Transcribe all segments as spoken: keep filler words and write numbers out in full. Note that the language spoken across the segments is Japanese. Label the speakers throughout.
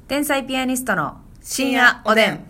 Speaker 1: 天才ピアニストの深夜おでん。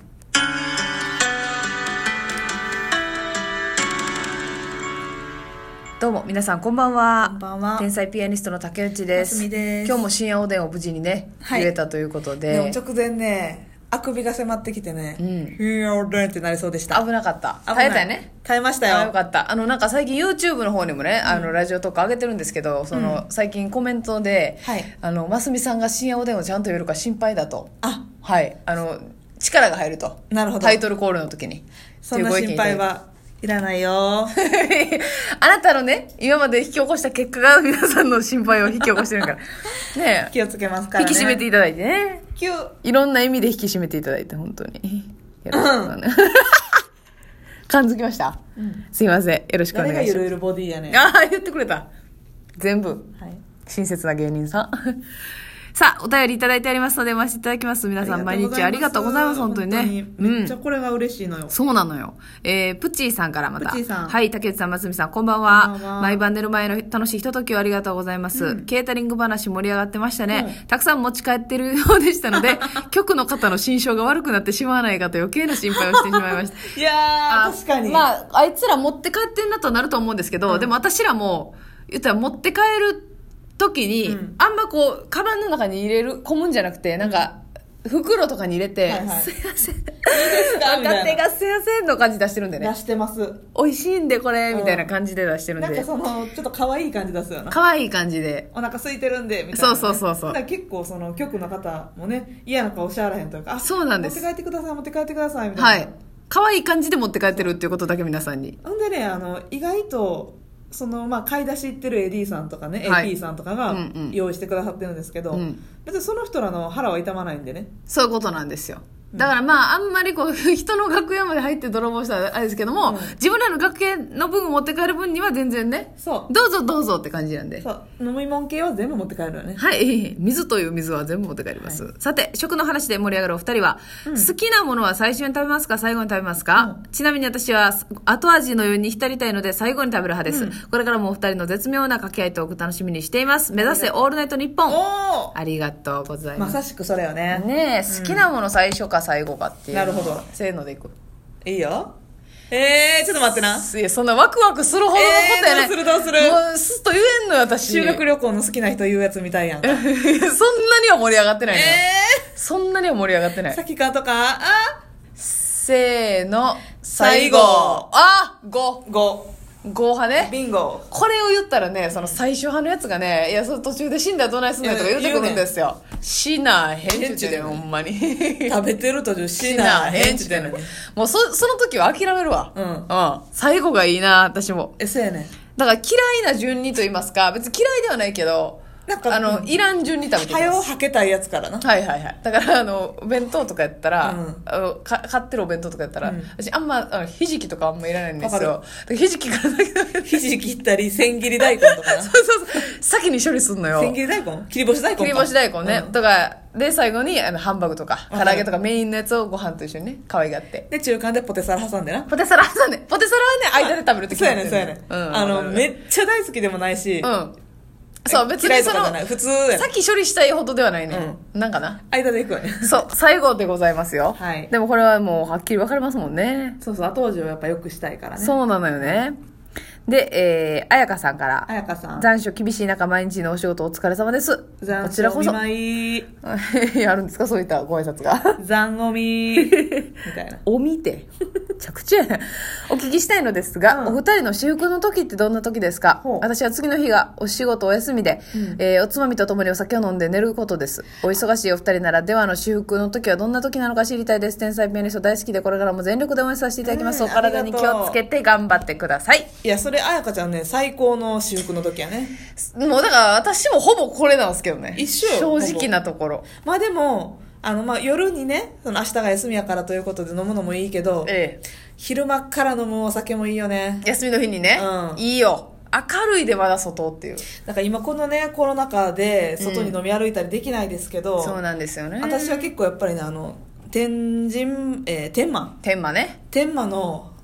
Speaker 1: どうも皆さんこんばんは。
Speaker 2: こんばんは。
Speaker 1: 天才ピアニストの竹内です。
Speaker 2: ますみです。
Speaker 1: 今日も深夜おでんを無事にね、はい、言えたということで。
Speaker 2: でも直前ね、あくびが迫ってきてね、うん、深夜おでんってなりそうでした。
Speaker 1: 危なかった。耐えたよね。
Speaker 2: 耐えましたよ。
Speaker 1: あ、よかった。あのなんか最近 YouTube の方にもね、うん、あのラジオとか上げてるんですけど、その、うん、最近コメントで、はい、あのますみさんが深夜おでんをちゃんと言えるか心配だと。
Speaker 2: あ、
Speaker 1: はい。あの力が入ると。
Speaker 2: なるほど。
Speaker 1: タイトルコールの時に。
Speaker 2: そんな心配はいらないよ。
Speaker 1: あなたのね、今まで引き起こした結果が皆さんの心配を引き起こしてるからね。
Speaker 2: 気をつけますからね。
Speaker 1: 引き締めていただいてね。いろんな意味で引き締めていただいて本当によろしくお願いします。感づきました、うん、すいません、よろしくお願いします。
Speaker 2: 誰がゆるゆるボディやねん。
Speaker 1: ああ、言ってくれた。全部、はい、親切な芸人さん。さあ、お便りいただいてありますので読ませていただきます。皆さん毎日ありがとうございます。本当にね、に
Speaker 2: めっちゃこれが嬉しいのよ、うん、
Speaker 1: そうなのよ。えー、プッチーさんからまた、
Speaker 2: プッチーさん、
Speaker 1: はい、竹内さん、ますみさん、こんばんは。こんばんは。毎晩寝る前の楽しいひとときをありがとうございます、うん、ケータリング話盛り上がってましたね、うん、たくさん持ち帰ってるようでしたので局の方の心象が悪くなってしまわないかと余計な心配をしてしまいました。
Speaker 2: いやー、確かに。
Speaker 1: まあ、あいつら持って帰ってんなとなると思うんですけど、うん、でも私らも言ったら持って帰る時に、うん、あんまこうカバンの中に入れる込むんじゃなくて、なんか袋とかに入れて、はいはい、すいません、いいですか、若手がすいませんの感じ出してるんでね。
Speaker 2: 出してます。
Speaker 1: 美味しいんでこれ、うん、みたいな感じで出してるんで、
Speaker 2: なんかそのちょっと可愛い感じ出すよな。
Speaker 1: 可愛い感じで、
Speaker 2: お腹空いてるんでみたいな、ね、
Speaker 1: そうそうそうそう。
Speaker 2: だから結構その局の方もね、嫌な顔しゃらへんというか、あ、
Speaker 1: そうなんです。
Speaker 2: 持って帰ってください、持って帰ってくださいみたいな、はい、
Speaker 1: 可愛い感じで持って帰ってるっていうことだけ皆さんに。
Speaker 2: ほんでね、あの意外とそのまあ買い出し行ってる エーディー さんとかね、はい、エーピー さんとかが用意してくださってるんですけど、うんうん、別にその人らの腹は痛まないんでね。
Speaker 1: そういうことなんですよ。だからまああんまりこう人の楽屋まで入って泥棒したらあれですけども、うん、自分らの楽屋の分を持って帰る分には全然ね、そうどうぞどうぞって感じなんで、
Speaker 2: そう飲み物系は全部持って帰るよね。
Speaker 1: はい、水という水は全部持って帰ります、はい、さて食の話で盛り上がるお二人は、うん、好きなものは最初に食べますか最後に食べますか、うん、ちなみに私は後味のように浸りたいので最後に食べる派です、うん、これからもお二人の絶妙な掛け合いトーク楽しみにしています。目指せオールナイトニッポン。ありがとうございます。
Speaker 2: まさしくそれよね。
Speaker 1: ねえ、好きなもの最初か最後かっていう、
Speaker 2: なるほど。
Speaker 1: せーのでいく。
Speaker 2: いいよ。えー、ちょっと待ってな。
Speaker 1: いや、そんなワクワクするほどのことやね。
Speaker 2: えー、どうするどうする。
Speaker 1: もう、すっと言えんのよ、私。
Speaker 2: 修学旅行の好きな人言うやつみたいやんか。そんなに
Speaker 1: は盛り上がってないの。
Speaker 2: えー、
Speaker 1: そんなには盛り上がってない。
Speaker 2: 先かとか、あ
Speaker 1: せーの、最後。あ !ご。
Speaker 2: ご。
Speaker 1: ご派ね。
Speaker 2: ビンゴ。
Speaker 1: これを言ったらね、その最初派のやつがね、いや、その途中で死んだらどないすんのよとか言ってくるんですよ。死なへんちゅうてん、ほんまに。
Speaker 2: 食べてる途中死なへんちゅうてん。
Speaker 1: もうそ、その時は諦めるわ。うん。うん。最後がいいな、私も。
Speaker 2: え、そうやねん。
Speaker 1: だから嫌いな順にと言いますか、別に嫌いではないけど、なんかあの、うん、いらん順に食べてます。
Speaker 2: 早をはけたいやつからな。
Speaker 1: はいはいはい。だからあの弁当とかやったら、うん、あのか買ってるお弁当とかやったら、うん、私あんまあのひじきとかあんまいらないんですよ。だからひじきからだけ
Speaker 2: ひじき切ったり千切り大根とかな。
Speaker 1: そうそうそう。先に処理すんのよ。
Speaker 2: 千切り大根？切り干し大根か。
Speaker 1: 切り干し大根ね。うん、とかで最後にあのハンバーグとか唐揚げとかメインのやつをご飯と一緒にね可愛がって。
Speaker 2: で中間でポテサラ挟んでな。
Speaker 1: ポテサラ挟んで。ポテサラはね間で食べるとき。
Speaker 2: そうやねんそうやねん。うん、あのめっちゃ大好きでもないし。うん。
Speaker 1: そう別にその
Speaker 2: 普通や
Speaker 1: さっき処理したいほどではないね、うん、なんかな
Speaker 2: 間でいくわね。
Speaker 1: そう最後でございますよ、はい、でもこれはもうはっきり分かりますもんね。
Speaker 2: そうそう後味をやっぱ良くしたいからね。
Speaker 1: そうなのよね。で、えー、彩香さんから
Speaker 2: 彩香さん
Speaker 1: 残暑厳しい中毎日のお仕事お疲れ様です。
Speaker 2: 残
Speaker 1: こちらこそ
Speaker 2: お見舞い
Speaker 1: あるんですかそういったご挨拶が
Speaker 2: 残おみみたいな
Speaker 1: おみて着地やなお聞きしたいのですが、うん、お二人の私服の時ってどんな時ですか？私は次の日がお仕事お休みで、うんえー、おつまみとともにお酒を飲んで寝ることです。お忙しいお二人ならではの私服の時はどんな時なのか知りたいです。天才ピアニスト大好きでこれからも全力で応援させていただきます、うん、お体に気をつけて頑張ってください。
Speaker 2: いやそれ彩香ちゃんね最高の私服の時やね。
Speaker 1: もうだから私もほぼこれなんですけどね。
Speaker 2: 一緒
Speaker 1: 正直なところ。
Speaker 2: まあでもあのまあ夜にねその明日が休みやからということで飲むのもいいけど、ええ、昼間から飲むお酒もいいよね。
Speaker 1: 休みの日にね、うん、いいよ。明るいでまだ外っていう。
Speaker 2: だから今このねコロナ禍で外に飲み歩いたりできないですけど、
Speaker 1: うん、そうなんですよね。
Speaker 2: 私は結構やっぱりねあの天神、えー、天満
Speaker 1: 天満ね
Speaker 2: 天満の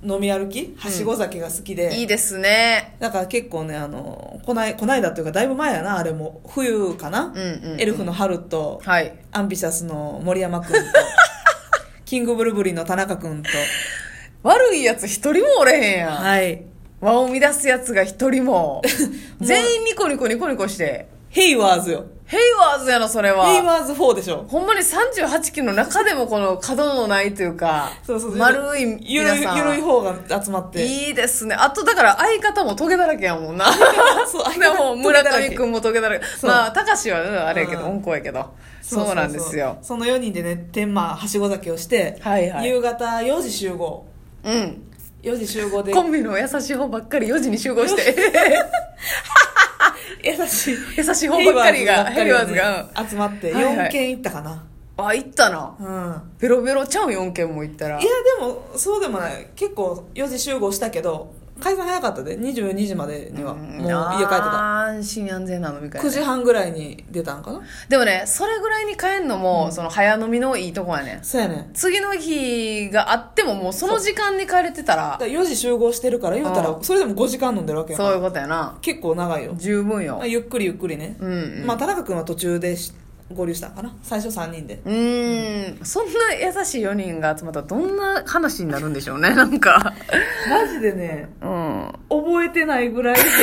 Speaker 2: 飲み歩きはしご酒が好きで、
Speaker 1: いいですね。
Speaker 2: だから結構ねあのこないこないだというかだいぶ前やな、あれも冬かな、
Speaker 1: うんうんうん、
Speaker 2: エルフの春と、
Speaker 1: はい、
Speaker 2: アンビシャスの森山くんとキングブルブリの田中くんと
Speaker 1: 悪いやつ一人もおれへんやん。
Speaker 2: はい、
Speaker 1: 輪を乱すやつが一人も全員ニコニコニコニコして
Speaker 2: ヘイワーズよ。
Speaker 1: ヘイワーズやな、それは。
Speaker 2: ヘイワーズフォーでしょ。
Speaker 1: ほんまにさんじゅうはちきの中でもこの角のないというか、
Speaker 2: そうそうそう、
Speaker 1: 丸い
Speaker 2: ゆるい、ゆるい方が集まって。
Speaker 1: いいですね。あとだから相方もトゲだらけやもんな。
Speaker 2: そう、
Speaker 1: でも村上くんもトゲだらけ。まあ、高志は、ね、あれやけど、温厚やけど。そうなんですよ。
Speaker 2: そのよにんでね、天満はしご酒をして、はいはい、夕方よじ集合。
Speaker 1: うん。
Speaker 2: よじ集合で。
Speaker 1: コンビの優しい方ばっかりよじに集合して。
Speaker 2: 優しい
Speaker 1: 優しい方ばっかりがヘイワーズが
Speaker 2: 集まってよんけん行ったかな、
Speaker 1: はいはい、あ行ったな、
Speaker 2: うん、
Speaker 1: ベロベロちゃうよんけんも行ったら。
Speaker 2: いやでもそうでもない、結構よじ集合したけど解散早かったで、にじゅうにじまでにはもう家帰ってた。
Speaker 1: 安心安全な飲み会、
Speaker 2: くじはんぐらいに出たんかな。
Speaker 1: でもねそれぐらいに帰んのも、うん、その早飲みのいいとこやねん。
Speaker 2: そうやねん。
Speaker 1: 次の日があってももうその時間に帰れてたら、だ
Speaker 2: からよじ集合してるから言うたらそれでもごじかん飲んでるわけやから。
Speaker 1: そういうことやな。
Speaker 2: 結構長いよ。
Speaker 1: 十分よ。
Speaker 2: ゆっくりゆっくりね、うんうん、まあ田中君は途中で合流したんかな、最初さんにんで。
Speaker 1: うーん、そんな優しいよにんが集まったらどんな話になるんでしょうね。なんか
Speaker 2: マジでね、うん、覚えてないぐらい覚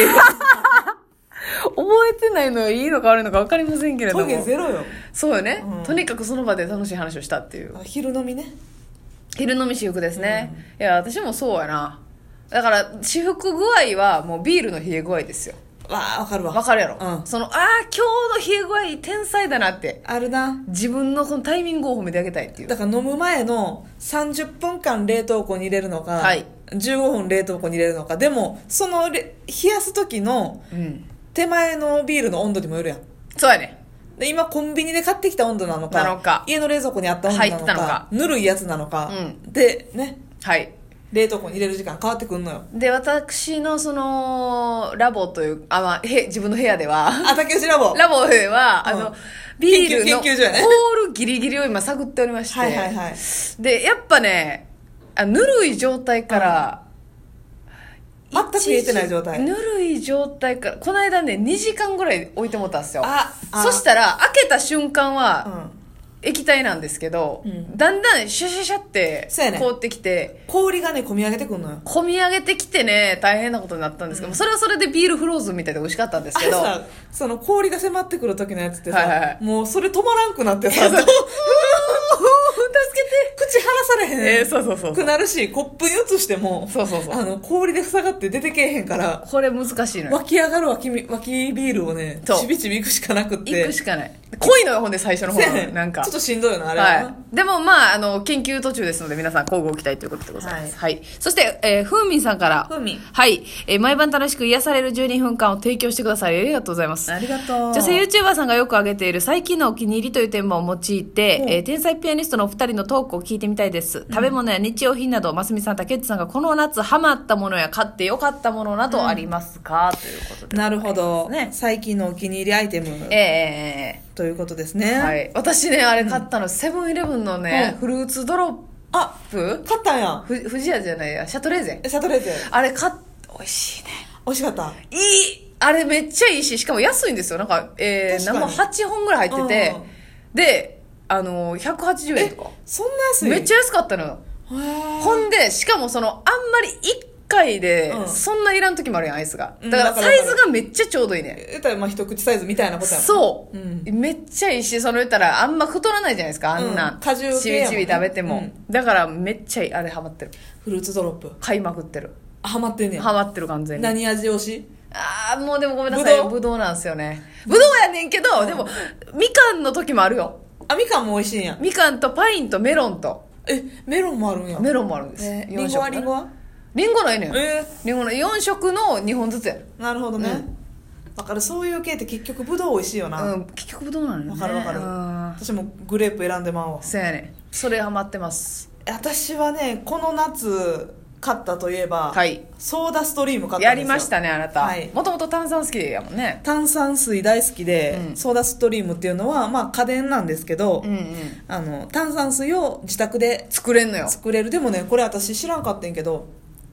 Speaker 1: えてないのがいいのか悪いのか分かりませんけれども、
Speaker 2: トゲゼロよ。
Speaker 1: そうよね、うん、とにかくその場で楽しい話をしたっていう。
Speaker 2: 昼飲みね。
Speaker 1: 昼飲み私服ですね、うん、いや私もそうやな。だから私服具合はもうビールの冷え具合ですよ。
Speaker 2: わあ、わかるわ。
Speaker 1: わかるやろ、
Speaker 2: うん、
Speaker 1: その、ああ今日の冷え具合天才だなって
Speaker 2: あるな。
Speaker 1: 自分のこのタイミングを褒めてあげたいっていう。
Speaker 2: だから飲む前のさんじゅっぷんかん冷凍庫に入れるのか、はい、じゅうごふん冷凍庫に入れるのかでもその冷やす時の手前のビールの温度にもよるやん。
Speaker 1: そうやね。
Speaker 2: で今コンビニで買ってきた温度なのか、
Speaker 1: なのか
Speaker 2: 家の冷蔵庫にあった温度なの か,
Speaker 1: のか
Speaker 2: ぬるいやつなのか、うん、でね、
Speaker 1: はい
Speaker 2: 冷凍庫に入れる時間変わってくんのよ。
Speaker 1: で私のそのラボというあ、まあ、へ自分の部屋では
Speaker 2: あ竹内ラボ
Speaker 1: ラボでは、うん、あのビールのホ
Speaker 2: 研究所やね、
Speaker 1: ールギリギリを今探っておりまして、
Speaker 2: はいはいはい、
Speaker 1: でやっぱねあぬるい状態から、
Speaker 2: うん、全く冷えてない状態、
Speaker 1: ぬるい状態からこの間ねにじかんぐらい置いてもらったんですよ。
Speaker 2: ああ
Speaker 1: そしたら開けた瞬間は、うん液体なんですけど、うん、だんだんシャシャシャって凍ってきて、
Speaker 2: ね、氷がね込み上げてくるのよ。
Speaker 1: 込み上げてきてね大変なことになったんですけど、うん、それはそれでビールフローズンみたいで美味しかったんですけど、
Speaker 2: あれさその氷が迫ってくる時のやつってさ、
Speaker 1: はいはいはい、
Speaker 2: もうそれ止まらんくなってさ助けて口離されへん、
Speaker 1: えー、そうそうそう
Speaker 2: くなるしコップに移しても
Speaker 1: そうそうそう
Speaker 2: あの氷で塞がって出てけえへんから
Speaker 1: これ難しいのよ。
Speaker 2: 湧き上がる湧き湧きビールをねちびちびいくしかなくって
Speaker 1: いくしかない濃いのよ。ほんで最初の方なんか
Speaker 2: ちょっとしんどいよなあれは、はい、
Speaker 1: でもまああの研究途中ですので皆さん交互期待ということでございます、はいはい、そして、えー、ふーみんさんから
Speaker 2: ふーみん
Speaker 1: はい、えー、毎晩楽しく癒されるじゅうにふんかんを提供してくださりありがとうございます。
Speaker 2: ありがとう。
Speaker 1: 女性 YouTuber さんがよく挙げている最近のお気に入りというテーマを用いて、えー、天才ピアニストのお二人のトークを聞いてみたいです、うん、食べ物や日用品などますみさん竹内さんがこの夏ハマったものや買ってよかったものなどありますか、うん、ということで、
Speaker 2: なるほど、ね、最近のお気に入りアイテム、
Speaker 1: えー、
Speaker 2: ということですね、
Speaker 1: はい、私ねあれ買ったの、うん、セブンイレブンのね、うん、フルーツドロップ
Speaker 2: あ
Speaker 1: 買
Speaker 2: ったんや。
Speaker 1: ふ富士屋じゃないやシャトレーゼ
Speaker 2: シャトレーゼ
Speaker 1: あれ買っ美味しいね。
Speaker 2: 美味しかった。
Speaker 1: いいあれめっちゃいいししかも安いんですよ。なんか、えー、生はちほんぐらい入ってて、うん、であのひゃくはちじゅうえんとか
Speaker 2: そんな安い。
Speaker 1: めっちゃ安かったのよ。ほんでしかもそのあんまりいっかいで、うん、そんないらん時もあるやんアイスが。だからサイズがめっちゃちょうどいいね。
Speaker 2: 言ったらまあ一口サイズみたいなことやもん。
Speaker 1: そう、うん、めっちゃいいしその言ったらあんま太らないじゃないですかあんな、うん、
Speaker 2: 果汁
Speaker 1: ちびちび食べても、うん、だからめっちゃいい。あれハマってる。
Speaker 2: フルーツドロップ
Speaker 1: 買いまくってる。
Speaker 2: ハマってんねや。
Speaker 1: ハマってる完全に。
Speaker 2: 何味推し？
Speaker 1: ああもうでもごめんなさいぶどうなんですよね。ぶどうやねんけど、うん、でもみかんの時もあるよ。
Speaker 2: あみかんも美味しいんや。
Speaker 1: みかんとパインとメロンと
Speaker 2: えメロンもあるんや。
Speaker 1: メロンもあるんです、
Speaker 2: えー、リンゴはリンゴは
Speaker 1: リンゴないねん、
Speaker 2: えー、
Speaker 1: リンゴのよん色のにほんずつや。
Speaker 2: なるほどね、うん、だからそういう系って結局ぶどう美味しいよな、
Speaker 1: うん、結局ぶどうなのね。
Speaker 2: わかるわかる。私もグレープ選んでまうわ。
Speaker 1: そうやねそれハマってます。
Speaker 2: 私はねこの夏買ったといえば、
Speaker 1: はい、
Speaker 2: ソーダストリーム買ったんですよ。
Speaker 1: やりましたねあなた、
Speaker 2: はい、
Speaker 1: もともと炭酸好きやもんね。
Speaker 2: 炭酸水大好きで、うん、ソーダストリームっていうのは、まあ、家電なんですけど、うんうん、あの炭酸水を自宅で
Speaker 1: 作れんのよ。
Speaker 2: 作れる。でもねこれ私知らんかったんけど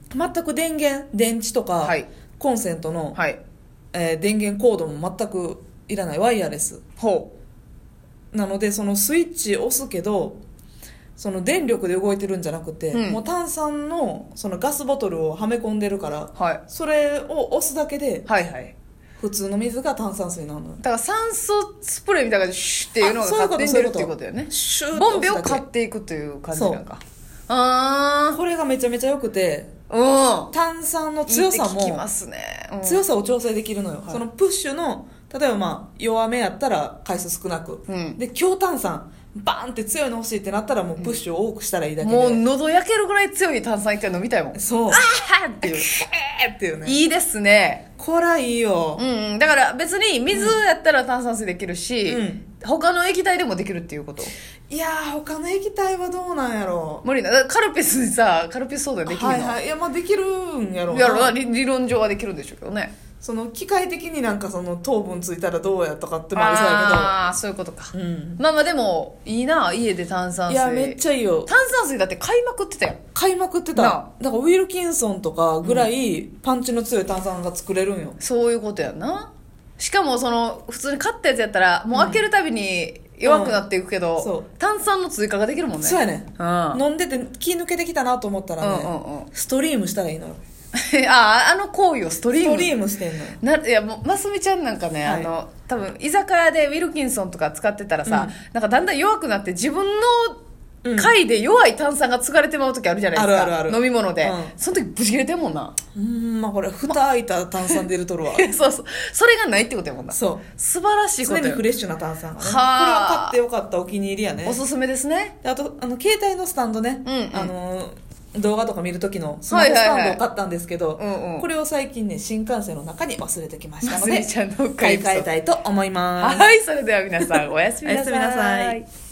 Speaker 2: 全く電源電池とか、はい、コンセントの、はい、えー、電源コードも全くいらないワイヤレスほうなので、そのスイッチ押すけどその電力で動いてるんじゃなくて、うん、もう炭酸のそのガスボトルをはめ込んでるから、はい、それを押すだけで、はいはい、普通の水が炭酸水になるの。
Speaker 1: だから酸素スプレーみたいな感じでシュッっていうのが勝手に出るっていうことだよね。ボンベを買っていくという感じなんか。
Speaker 2: あー、これがめちゃめちゃ良くて、うん、炭酸の強さも
Speaker 1: いいって聞きますね、うん、
Speaker 2: 強さを調整できるのよ、はい、そのプッシュの例えばまあ弱めやったら回数少なく、うん、で強炭酸バーンって強いの欲しいってなったらもうプッシュを多くしたらいいだけで、
Speaker 1: もう喉焼けるぐらい強い炭酸一回飲みたいもん。
Speaker 2: そう、
Speaker 1: あーっていう
Speaker 2: っていうね。
Speaker 1: いいですね、
Speaker 2: これはいいよ、
Speaker 1: うん、だから別に水やったら炭酸水できるし、うん、他の液体でもできるっていうこと。
Speaker 2: いやー、他の液体はどうなんやろ。
Speaker 1: 無理だ。カルピスにさ、カルピスソーダできるの。
Speaker 2: はいはい、いやまあできるんやろうな。
Speaker 1: やろうな、理、理論上はできるんでしょうけどね。
Speaker 2: その機械的になんかその糖分ついたらどうやとかってもありそうやけど。
Speaker 1: ああ、そういうことか、うん、まあまあでもいいな、家で炭酸水。
Speaker 2: いやめっちゃいいよ。
Speaker 1: 炭酸水だって買いまくってたよ。
Speaker 2: 買いまくってた。だからウィルキンソンとかぐらいパンチの強い炭酸が作れるんよ、うん、
Speaker 1: そういうことやな。しかもその普通に買ったやつやったらもう開けるたびに弱くなっていくけど、うん、炭酸の追加ができるもんね。
Speaker 2: そうやね、うん、飲んでて気抜けてきたなと思ったらね、うんうんうん、ストリームしたらいいのよ。
Speaker 1: ああ、あの行為をストリーム
Speaker 2: ストリームしてんの
Speaker 1: な。いやもうますみちゃんなんかね、はい、あの多分居酒屋でウィルキンソンとか使ってたらさ、うん、なんかだんだん弱くなって自分の回で弱い炭酸が継がれてまう時あるじゃないですか、うん、あるあるある、飲み物で、うん、その時ブチ切れてんもんな。
Speaker 2: うん、まあこれ蓋開いた炭酸出るとるわ
Speaker 1: そうそう、それがないってことやもんな。そう、素晴らしいことよ。
Speaker 2: 常にフレッシュな炭酸がね。はこれは買ってよかった、お気に入りやね。
Speaker 1: おすすめですね。
Speaker 2: であとあの携帯のスタンドね、うんうん、あの動画とか見る時のスマホスタンドを買ったんですけど、これを最近ね新幹線の中に忘れてきましたので買い替えたいと思います。
Speaker 1: はい、それでは皆さんおやすみなさい。
Speaker 2: おやすみなさい。